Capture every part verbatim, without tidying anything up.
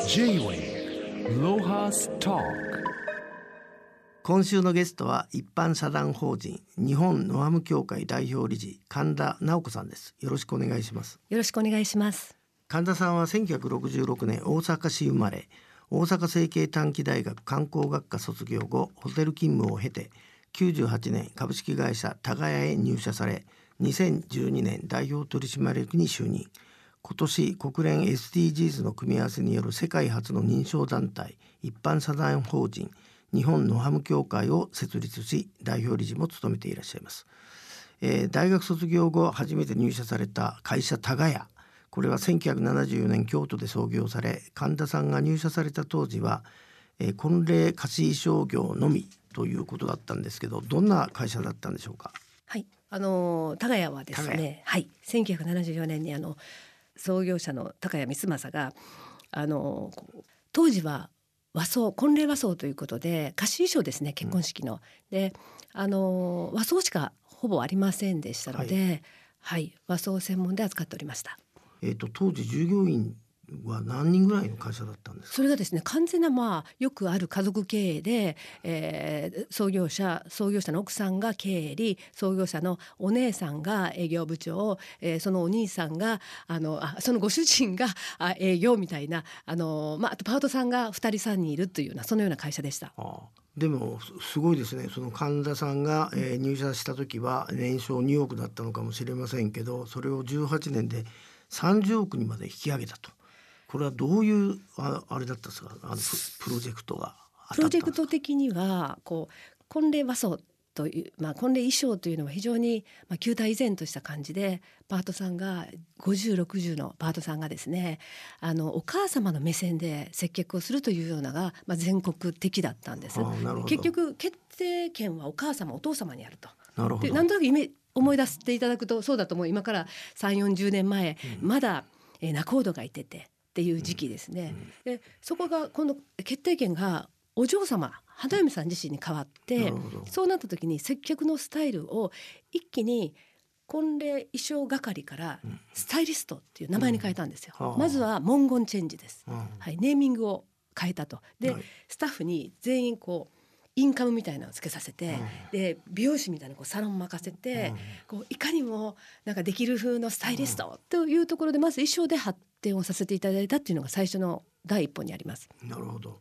J-Way ロハストーク。 今週のゲストは一般社団法人日本ノアム協会代表理事神田直子さんです。よろしくお願いします。 よろしくお願いします。 神田さんはせんきゅうひゃくろくじゅうろくねん大阪市生まれ、大阪成蹊短期大学観光学科卒業後ホテル勤務を経てきゅうじゅうはちねん株式会社タガヤへ入社され、にせんじゅうにねん代表取締役に就任。今年国連 エスディージーズ の組み合わせによる世界初の認証団体一般社団法人日本ノハム協会を設立し、代表理事も務めていらっしゃいます。えー、大学卒業後初めて入社された会社タガヤ、これはせんきゅうひゃくななじゅうよねん京都で創業され、神田さんが入社された当時は、えー、婚礼貸衣装業のみということだったんですけど、どんな会社だったんでしょうか。 はい、あのタガヤはですね、はい、せんきゅうひゃくななじゅうよねんにあの創業者の高谷光政があの当時は和装婚礼和装ということで貸衣装ですね、結婚式の、うん、であの和装しかほぼありませんでしたので、はいはい、和装専門で扱っておりました。 えーと、当時従業員は何人ぐらいの会社だったんですか。 それがですね、完全な、まあ、よくある家族経営で、えー、創業者創業者の奥さんが経理、創業者のお姉さんが営業部長、えー、そのお兄さんがあのあそのご主人があ営業みたいな、あの、まあ、あとパートさんがふたりさんにんいるというような、そのような会社でした。 ああ、でもすごいですね。その神田さんが、えー、入社した時は年商におくだったのかもしれませんけど、それをじゅうはちねんでさんじゅうおくにまで引き上げたと。これはどういう あ, あれだったんですか。あのプロジェクトがプロジェクト的にはこう婚礼和装という、まあ、婚礼衣装というのは非常に、まあ、旧態依然とした感じで、パートさんがごじゅうろくじゅうのパートさんがですね、あのお母様の目線で接客をするというようなが、まあ、全国的だったんです。結局決定権はお母様お父様にあると。 なるほど。 でなんとなくイメ思い出していただくとそうだと思う。今からさんじゅうよんじゅうねんまえ、うん、まだ、えー、仲人がいててっていう時期ですね、うんうん、でそこが今度決定権がお嬢様花嫁さん自身に変わって、そうなった時に接客のスタイルを一気に婚礼衣装係からスタイリストっていう名前に変えたんですよ、うん、まずは文言チェンジです、うんはい、ネーミングを変えたと。で、はい、スタッフに全員こうインカムみたいなのをつけさせて、うん、で美容師みたいなこうサロン任せて、うん、こういかにもなんかできる風のスタイリストというところでまず衣装で発展をさせていただいたっていうのが最初の第一歩にあります。 なるほど。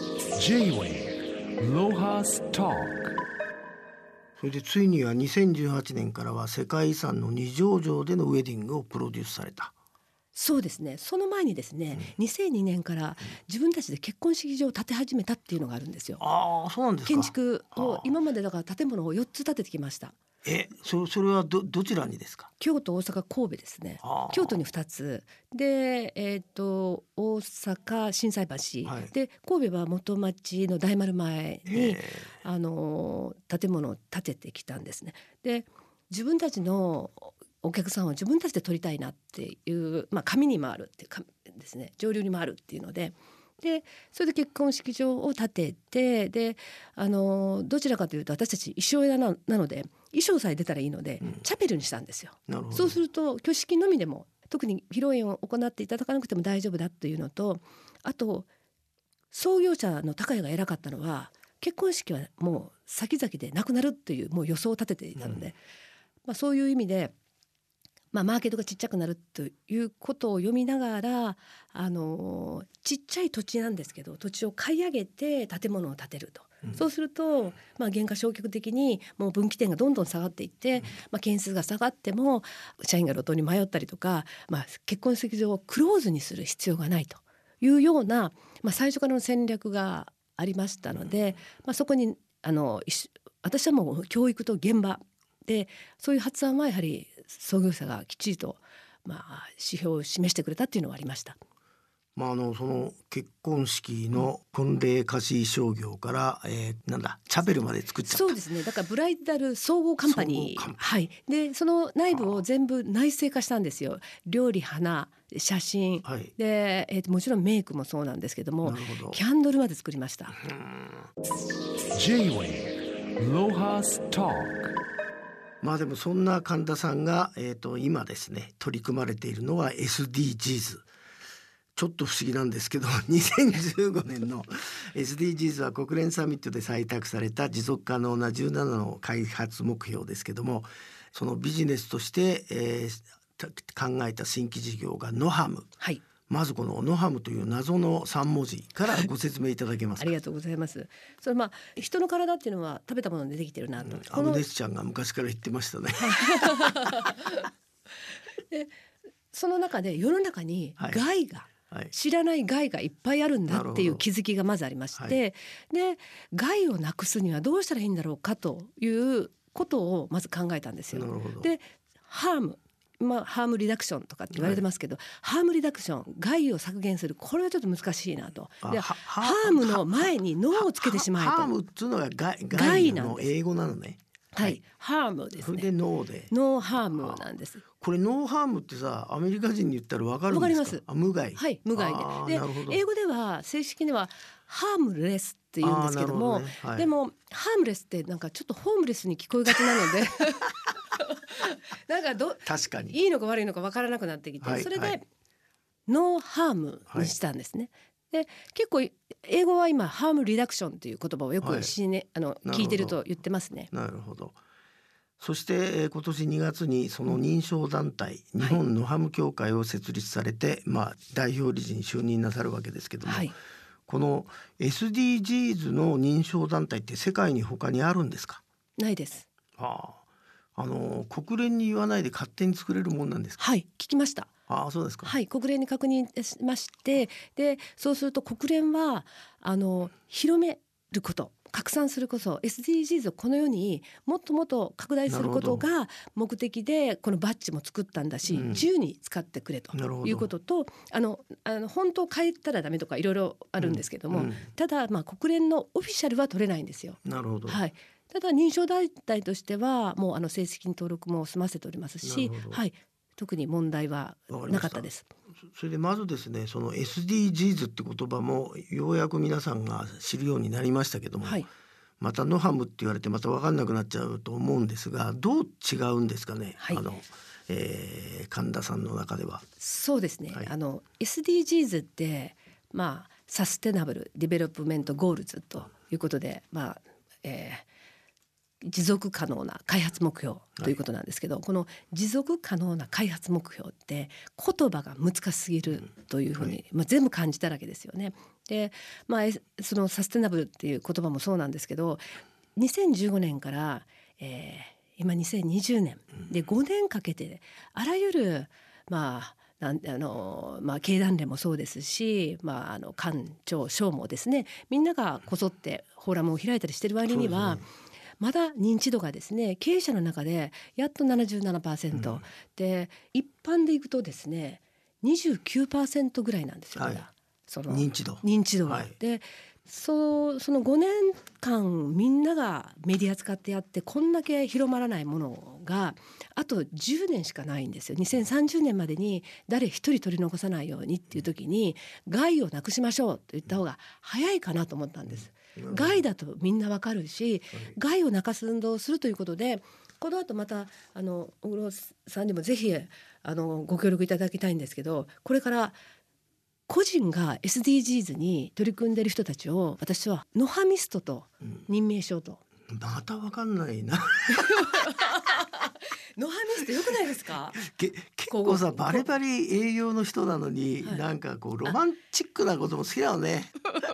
J-Way ロハストーク。 それでついにはにせんじゅうはちねんからは世界遺産の二条城でのウェディングをプロデュースされた。 そうですね。その前にですね、うん、にせんにねんから自分たちで結婚式場を建て始めたっていうのがあるんですよ。 ああ、そうなんですか。 建築を今までだから建物をよっつ建ててきました。 え そ, それは ど, どちらにですか。 京都、大阪、神戸ですね。京都にふたつで、えー、と大阪心斎橋、はい、で神戸は元町の大丸前にあの建物を建ててきたんですね。で自分たちのお客さんを自分たちで取りたいなっていう、まあ、紙に回るっていうかですね、上流に回るっていうので、でそれで結婚式場を建てて、であのどちらかというと私たち衣装屋 な, なので衣装さえ出たらいいので、うん、チャペルにしたんですよ。そうすると挙式のみでも特に披露宴を行っていただかなくても大丈夫だというのと、あと創業者の高谷が偉かったのは結婚式はもう先々でなくなるっていうもう予想を立てていたので、うんまあ、そういう意味でまあ、マーケットがちっちゃくなるということを読みながら、あのちっちゃい土地なんですけど土地を買い上げて建物を建てると、うん、そうすると、まあ、減価償却的にもう分岐点がどんどん下がっていって、うんまあ、件数が下がっても社員が路頭に迷ったりとか、まあ、結婚式場をクローズにする必要がないというような、まあ、最初からの戦略がありましたので、まあ、そこにあの私はもう教育と現場でそういう発案はやはり創業者がきっちりと、まあ、指標を示してくれたっていうのはありました。 まあ、あのその結婚式の婚礼貸衣装業から、えー、なんだチャペルまで作っちゃった。 そうですね。だからブライダル総合カンパニー、はい、でその内部を全部内製化したんですよ。料理、花、写真、はい、で、えー、もちろんメイクもそうなんですけども、キャンドルまで作りました。 J-Way ロハストーク。 まあでもそんな神田さんが、えー、と今ですね取り組まれているのは エスディージーズちょっと不思議なんですけどにせんじゅうごねんの エスディージーズ は国連サミットで採択された持続可能なじゅうななの開発目標ですけども、そのビジネスとして、えー、考えた新規事業がノハム、 はい、 まずこのノハムという謎のさん文字からご説明いただけますか。 ありがとうございます。それまあ人の体っていうのは食べたものでできてるなと、うん、 アグネスちゃんが昔から言ってましたねでその中で世の中に害が、はい、知らない害がいっぱいあるんだっていう気づきがまずありまして、はい、で害をなくすにはどうしたらいいんだろうかということをまず考えたんですよ。でハームまあ、ハームリダクションとかって言われてますけど、はい、ハームリダクション害を削減する、これはちょっと難しいなと。でハームの前にノーをつけてしまえと。 ハームっていうのが害、害の英語なのね。 はい、はい、ハームですね。 それでノーでノーハームなんです。 これノーハームってさ、アメリカ人に言ったら分かるんですか。分かります。 あ、 無害。 はい、無害で。で英語では正式にはハームレスって言うんですけども、ね、はい、でもハームレスってなんかちょっとホームレスに聞こえがちなのでなんかど確かにいいのか悪いのか分からなくなってきて、はい、それで、はい、ノーハームにしたんですね。はい、で結構英語は今ハームリダクションという言葉をよく、しね、あの聞いてると言ってますね。 なるほど。そして、えー、今年にがつにその認証団体、うん、日本ノハム協会を設立されて、はい、まあ、代表理事に就任なさるわけですけども、はい、この エスディージーズ の認証団体って世界に他にあるんですか。 ないです。 ああ、あの国連に言わないで勝手に作れるもんなんですか。 はい、聞きました。 ああ、そうですか。 はい、国連に確認しまして、でそうすると国連はあの広めること、拡散すること、 エスディージーズ をこのようにもっともっと拡大することが目的でこのバッジも作ったんだし、うん、自由に使ってくれということと、あのあの本当変えたらダメとかいろいろあるんですけども、うんうん、ただまあ国連のオフィシャルは取れないんですよ。 なるほど。 はい、ただ認証団体としてはもうあの正式に登録も済ませておりますし、はい、特に問題はなかったです。 それでまずですね、その エスディージーズ って言葉もようやく皆さんが知るようになりましたけども、はい、またノハムって言われてまた分かんなくなっちゃうと思うんですが、どう違うんですかね。はい、あの、えー、神田さんの中では。 そうですね、はい、あの エスディージーズ ってまあサステナブルディベロップメントゴールズということで、まあ、えー持続可能な開発目標ということなんですけど、はい、この持続可能な開発目標って言葉が難しすぎるというふうに、はい、まあ、全部漢字だらけですよね。で、まあ、そのサステナブルっていう言葉もそうなんですけど、にせんじゅうごねんから、えー、今にせんにじゅうねんでごねんかけてあらゆるまあなんあのまあ、経団連もそうですし、まあ、あの官庁省もですね、みんながこぞってフォーラムを開いたりしてる割には、まだ認知度がですね、経営者の中でやっと ななじゅうななパーセント、うん、で一般でいくとですね にじゅうきゅうパーセント ぐらいなんですよ、はい、その認知度認知度が、はい、でそ, そのごねんかんみんながメディア使ってやってこんだけ広まらないものがあとじゅうねんしかないんですよ。にせんさんじゅうねんまでに誰一人取り残さないようにっていう時に害をなくしましょうと言った方が早いかなと思ったんです。害だとみんなわかるし、害をなくす運動をするということで、この後またあの小黒さんにもぜひあのご協力いただきたいんですけど、これから個人が エスディージーズ に取り組んでいる人たちを私はノハミストと任命しようと、 うん、またわかんないなノハミストよくないですか。 け結構さバリバリ営業の人なのに、はい、なんかこうロマンチックなことも好きだよね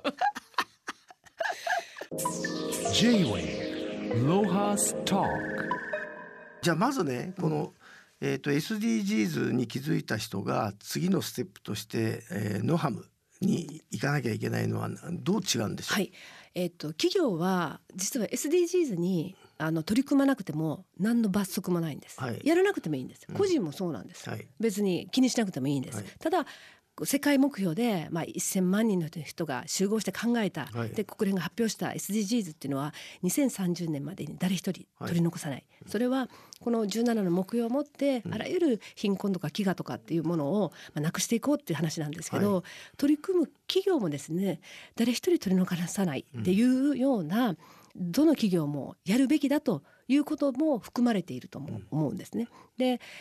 J-Way ロハストーク。 じゃあまずね、この、えー、と エスディージーズ に気づいた人が次のステップとして、えー、ノハムに行かなきゃいけないのはどう違うんでしょう。 はい、えー、と企業は実は エスディージーズ にあの取り組まなくても何の罰則もないんです、はい、やらなくてもいいんです。個人もそうなんです、うん、はい、別に気にしなくてもいいんです、はい、ただ世界目標で、まあ、せんまんにんの人が集合して考えた、はい、で国連が発表した エスディージーズ っていうのはにせんさんじゅうねんまでに誰一人取り残さない、はい、それはこのじゅうななの目標を持って、うん、あらゆる貧困とか飢餓とかっていうものを、まあ、なくしていこうっていう話なんですけど、はい、取り組む企業もですね、誰一人取り残さないっていうような、うん、どの企業もやるべきだということも含まれているとも思うんですね。で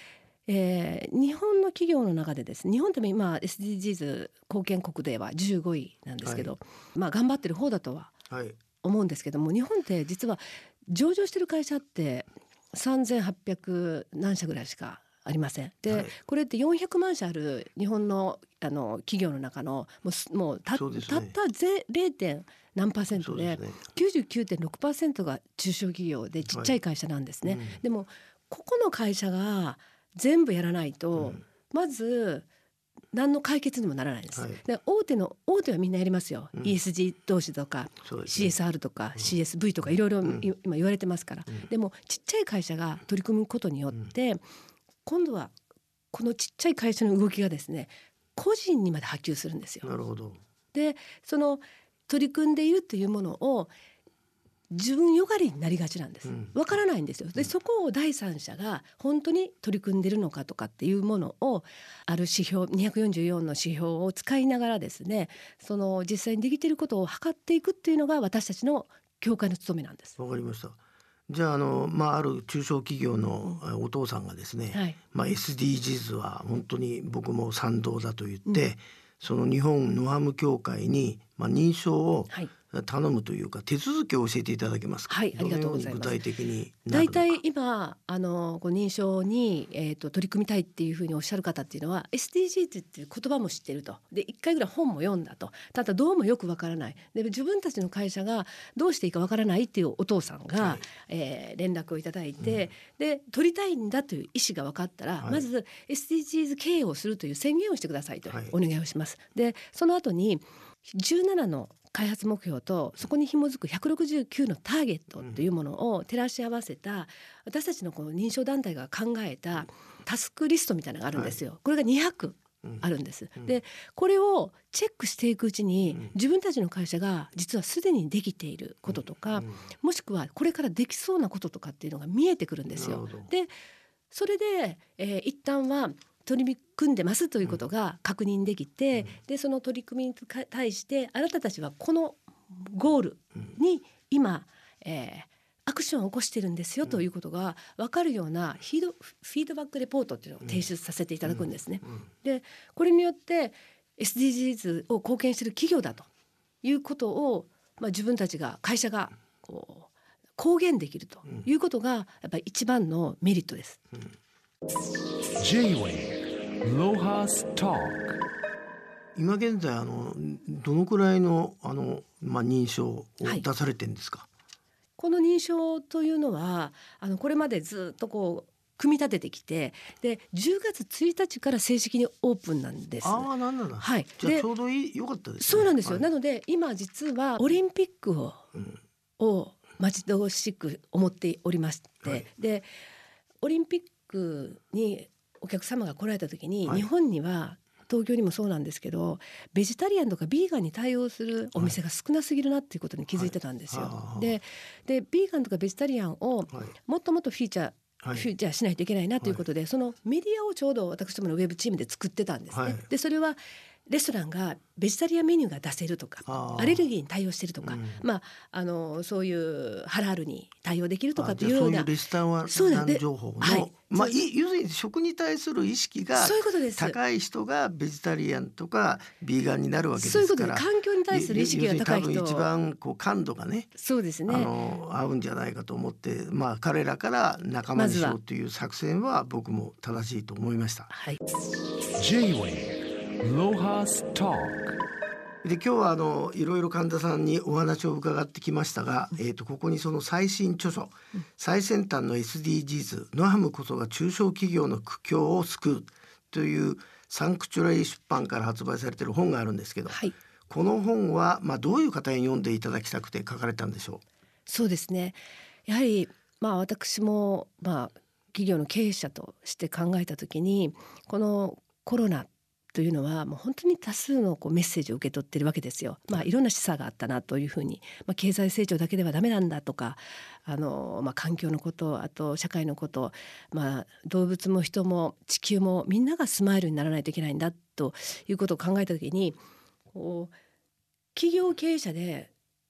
えー、日本の企業の中でですね、日本でも今 エスディージーズ 貢献国ではじゅうごいなんですけど、はい、まあ頑張ってる方だとは思うんですけども、日本って実は上場してる会社ってさんぜんはっぴゃくなんしゃぐらいしかありません。で、はい、これってよんひゃくまんしゃある日本のあの企業の中のもう、もう た, ね、たったゼ ゼロ. 点何パーセント で、で、ね、きゅうじゅうきゅうてんろくパーセント が中小企業でちっちゃい会社なんですね、はい、うん、でもここの会社が全部やらないと、うん、まず何の解決にもならないです、はい、で大手の大手はみんなやりますよ、うん、イーエスジー 投資とか、ね、シーエスアール とか、うん、シーエスブイ とかいろいろ今言われてますから、うん、でもちっちゃい会社が取り組むことによって、うん、今度はこのちっちゃい会社の動きがですね個人にまで波及するんですよ。 なるほど。 でその取り組んでいるというものを自分よがりになりがちなんです。わからないんですよ。でそこを第三者が本当に取り組んでるのかとかっていうものをある指標にひゃくよんじゅうよんの指標を使いながらですね、その実際にできていることを測っていくっていうのが私たちの協会の務めなんです。 わかりました。じゃああの、まあ、ある中小企業のお父さんがですね、はい、まあ、エスディージーズ は本当に僕も賛同だと言って、うん、その日本ノハム協会に、まあ、認証を、はい、頼むというか手続きを教えていただけますか。 はい、ありがとうございます。 具体的になるのか。 だいたい今あのご認証に、えー、と取り組みたいっていうふうにおっしゃる方っていうのは エスディージーズ っていう言葉も知ってると、でいっかいぐらい本も読んだと、ただどうもよくわからない、で自分たちの会社がどうしていいかわからないっていうお父さんが、はい、えー、連絡をいただいて、うん、で取りたいんだという意思が分かったら、はい、まず エスディージーズ 経営をするという宣言をしてくださいとお願いをします、はい、でその後にじゅうななの開発目標とそこに紐づくひゃくろくじゅうきゅうのターゲットというものを照らし合わせた私たちのこの認証団体が考えたタスクリストみたいなのがあるんですよ、はい、これがにひゃくあるんです、うん、でこれをチェックしていくうちに、うん、自分たちの会社が実はすでにできていることとか、うん、もしくはこれからできそうなこととかっていうのが見えてくるんですよ。でそれで、えー、一旦は取り組んでますということが確認できて、うん、でその取り組みに対してあなたたちはこのゴールに今、えー、アクションを起こしてるんですよということが分かるようなフィード、フィードバックレポートっていうのを提出させていただくんですね。でこれによって エスディージーズ を貢献している企業だということを、まあ、自分たちが会社がこう公言できるということがやっぱり一番のメリットです。うん、 J-Way ロハストーク。 今現在あのどのくらいのあの、まあ、認証を出されてるんですか。はい、 この認証というのはあのこれまでずっとこう組み立ててきて、でじゅうがつついたちから正式にオープンなんです。 ああ、なんだ、 はい、 じゃあちょうどいい良かったですね。 そうなんですよ、 はい、 なので今実はオリンピックを、うん、を待ち遠しく思っておりまして、はい、でオリンピックにお客様が来られた時に、はい、日本には東京にもそうなんですけどベジタリアンとかビーガンに対応するお店が少なすぎるなっていうことに気づいてたんですよ。はい、で, でビーガンとかベジタリアンをもっともっとフィーチャー、はい、フィーチャーしないといけないなということで、はい、そのメディアをちょうど私どものウェブチームで作ってたんですね。はい、でそれはレストランがベジタリアンメニューが出せるとか、アレルギーに対応してるとか、うん、まあ、あのそういうハラールに対応できるとかというような、 そういうレストラン情報の、はい、まあ、要するに食に対する意識が高い人がベジタリアンとかビーガンになるわけですから、 そういうことで環境に対する意識が高い人、 多分一番こう感度がね、 そうですね、 あの合うんじゃないかと思って、まあ、彼らから仲間にしようという作戦は僕も正しいと思いました。 はい、 J-Way ロハストークで今日はあのいろいろ神田さんにお話を伺ってきましたが、えー、とここにその最新著書、うん、最先端の エスディージーズ ノハムこそが中小企業の苦境を救うというサンクチュラリー出版から発売されている本があるんですけど、はい、この本は、まあ、どういう方に読んでいただきたくて書かれたんでしょう。 そうですね、やはり、まあ、私も、まあ、企業の経営者として考えた時にこのコロナというのはもう本当に多数のこうメッセージを受け取ってるわけですよ。まあ、いろんな示唆があったなというふうに、まあ、経済成長だけではダメなんだとか、あの、まあ、環境のこと、あと社会のこと、まあ、動物も人も地球もみんながスマイルにならないといけないんだということを考えた時に、こう企業経営者で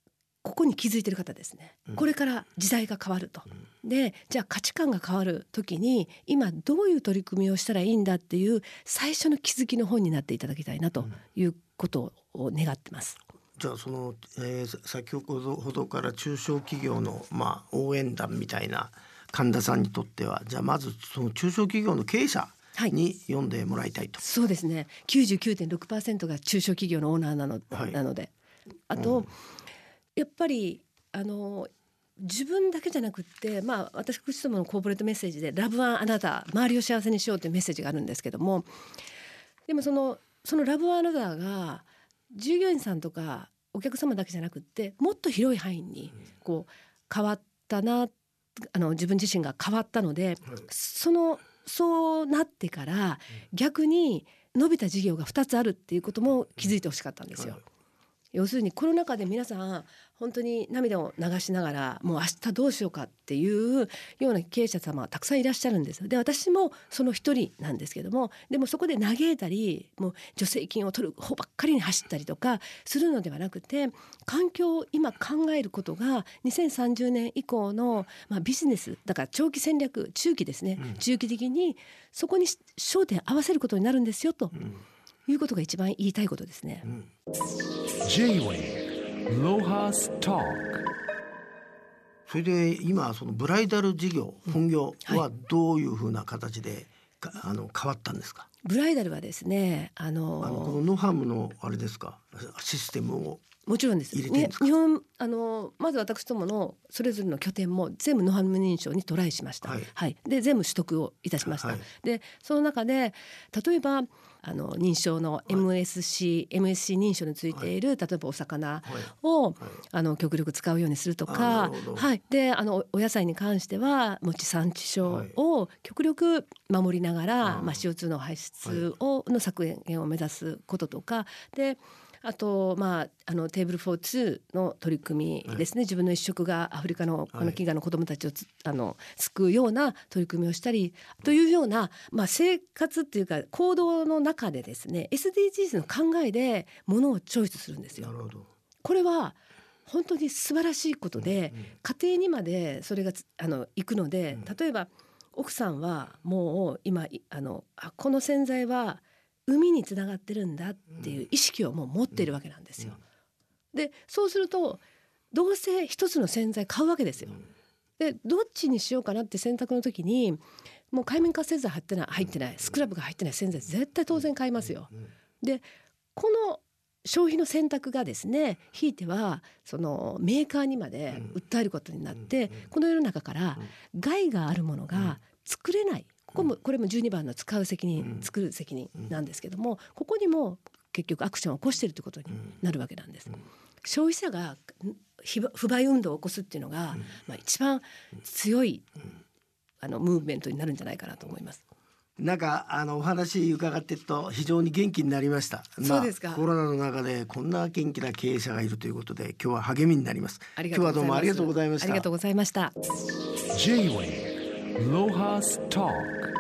ここに気づいてる方ですね、うん、これから時代が変わると、うん、でじゃあ価値観が変わる時に今どういう取り組みをしたらいいんだっていう最初の気づきの本になっていただきたいなということを願ってます。 じゃあその、えー、先ほどから中小企業の、まあ、応援団みたいな神田さんにとってはじゃあまずその中小企業の経営者に読んでもらいたいと、 はい、そうですね きゅうじゅうきゅうてんろくパーセント が中小企業のオーナーなの、はい、なのであと、うん、やっぱりあの自分だけじゃなくって、まあ、私どものコーポレートメッセージでラブワンあなた周りを幸せにしようというメッセージがあるんですけども、でもそのそのラブワンあなたが従業員さんとかお客様だけじゃなくってもっと広い範囲にこう変わったな、あの自分自身が変わったので、はい、そのそうなってから逆に伸びた事業がふたつあるっていうことも気づいてほしかったんですよ、はい。要するにコロナ禍で皆さん本当に涙を流しながらもう明日どうしようかっていうような経営者様はたくさんいらっしゃるんです。で私もその一人なんですけども、でもそこで嘆いたりもう助成金を取る方ばっかりに走ったりとかするのではなくて、環境を今考えることがにせんさんじゅうねん以降の、まあ、ビジネスだから長期戦略中期ですね、うん、中期的にそこに焦点合わせることになるんですよと、うんいうことが一番言いたいことですね、うん、 J-Way ロハストーク。 それで今そのブライダル事業本業はどういうふうな形で、はい、あの変わったんですか？ ブライダルはですねあのあのこのノハムのあれですかシステムをもちろんです。 入れてるんですか？ 日本あのまず私どものそれぞれの拠点も全部ノハム認証にトライしました、はいはい、で全部取得をいたしました、はい、でその中で例えばあの認証の エムエスシー、はい、エムエスシー 認証についている、はい、例えばお魚を、はいはい、あの極力使うようにするとか、はい、であのお野菜に関してはもち産地消を極力守りながら、はいまあ、シーオーツー の排出を、の削減を目指すこととかで、あと、まあ、あのテーブルフォーツーの取り組みですね、はい、自分の一食がアフリカのこの飢餓の子どもたちをつ、はい、あの救うような取り組みをしたりというような、まあ、生活っていうか行動の中でですね エスディージーズ の考えでものをチョイスするんですよ。 なるほど。 これは本当に素晴らしいことで、うんうん、家庭にまでそれがあの行くので、例えば奥さんはもう今あのあこの洗剤は海につながってるんだっていう意識をもう持っているわけなんですよ。でそうするとどうせ一つの洗剤買うわけですよ。でどっちにしようかなって選択の時にもう界面活性剤入ってない、入ってないスクラブが入ってない洗剤絶対当然買いますよ。でこの消費の選択がですねひいてはそのメーカーにまで訴えることになって、この世の中から害があるものが作れない、ここもこれもじゅうにばんの使う責任、作る責任なんですけども、ここにも結局アクションを起こしているということになるわけなんです。消費者が不買運動を起こすっていうのが、まあ、一番強いあのムーブメントになるんじゃないかなと思います。 なんかあのお話伺ってると非常に元気になりました。 そうですか。 まあ、コロナの中でこんな元気な経営者がいるということで今日は励みになります。 ありがとうございます。 今日はどうもありがとうございました。 ありがとうございました。 J-Way ロハストーク。